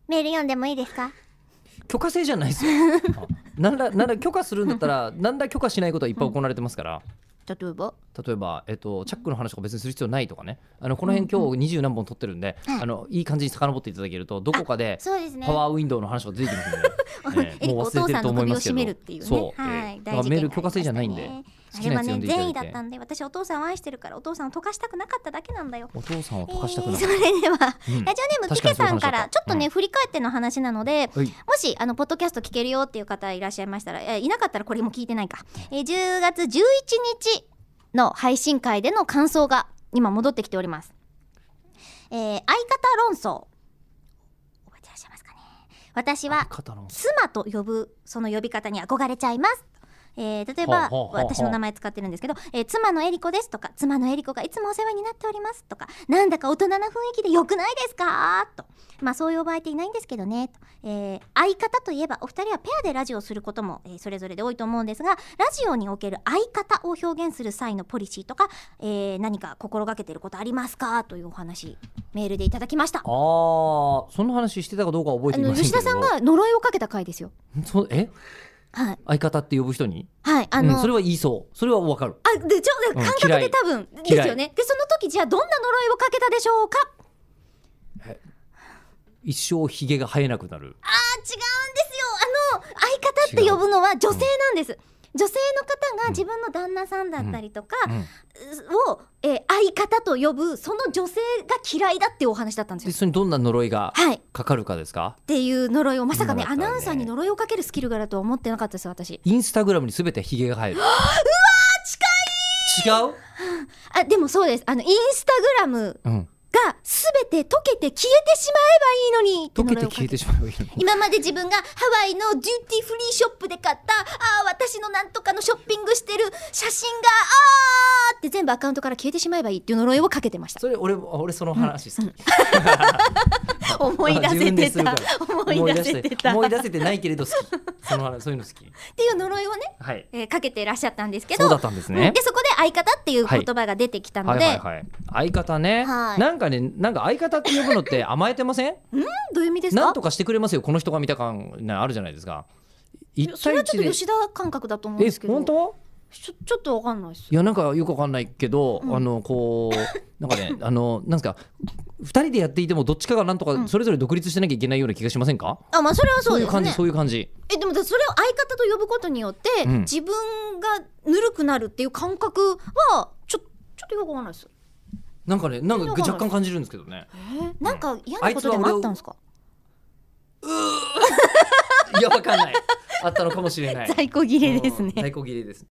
メール読んでもいいですか？ 許可制じゃないですよなんら許可するんだったらなんら許可しないことはいっぱい行われてますから、 例えばチャックの話とか別にする必要ないとかね、この辺今日20何本撮ってるんで、いい感じに遡っていただけるとどこかでパワーウィンドウの話が出てきますので、もう忘れてると思いますけど、そう、メール許可制じゃないんで好きなやつ読んでいただいて。 善意だったんで、私お父さんを愛してるからお父さんを溶かしたくなかっただけなんだよ。 お父さんを溶かしたくなかった、 それでは、ラジオネームピケさんからちょっとね、振り返っての話なので、もしポッドキャスト聞けるよっていう方いらっしゃいましたら、いなかったらこれも聞いてないか、10月11日の配信会での感想が今戻ってきております。相方論争、覚えてらっしゃいますかね。私は妻と呼ぶその呼び方に憧れちゃいます。例えば私の名前使ってるんですけど、妻のエリコですとか、妻のエリコがいつもお世話になっておりますとか、なんだか大人な雰囲気で良くないですかと、そう呼ばれていないんですけどねと、相方といえばお二人はペアでラジオをすることも、それぞれで多いと思うんですが、ラジオにおける相方を表現する際のポリシーとか、何か心がけていることありますかというお話メールでいただきました。 そんな話してたかどうか覚えていませんけど、 吉田さんが呪いをかけた回ですよ。 はい、相方って呼ぶ人に、 はい、 それは言いそう、それは分かる。 で感覚で多分ですよね。でその時じゃあどんな呪いをかけたでしょうか。 一生ひげが生えなくなる。 違うんですよ。相方って呼ぶのは女性なんです。女性の方が自分の旦那さんだったりとかを、相方と呼ぶその女性が嫌いだっていうお話だったんですよ。 それにどんな呪いがかかるかですか、 っていう呪いをまさかね、アナウンサーに呪いをかけるスキルがあるとは思ってなかったです私。 インスタグラムに全てヒゲが生える。うわ近い。違う？ でもそうです。インスタグラムが全て溶けて消えてしまえばいいのに。 溶けて消えてしまえばいいのに。 今まで自分がハワイのデューティーフリーショップで買った私のなんとかのショッピングしてる写真がって全部アカウントから消えてしまえばいいっていう呪いをかけてました。 それ俺その話好き、 思い出せてた。思い出せてないけれど好き。そういうの好きっていう呪いをね、かけてらっしゃったんですけど、 そうだったんですね。 でそこで相方っていう言葉が出てきたので、 相方ね、なんか相方って呼ぶのって甘えてません？ どういう意味ですか？ なんとかしてくれますよこの人が見た感あるじゃないですか。 それはちょっと吉田感覚だと思うんですけど。 本当？ ちょっと分かんないです。 いやなんかよく分かんないけど、こうなんかねなんですか、2人でやっていてもどっちかがなんとかそれぞれ独立してなきゃいけないような気がしませんか？ それはそうですね。 そういう感じ。 でもそれを相方と呼ぶことによって、自分がぬるくなるっていう感覚はちょっとよくわかんないです。 なんか若干感じるんですけどね。 なんか嫌なことでもあったんですか？ いやわかんない。あったのかもしれない。 在庫切れですね。 在庫切れです。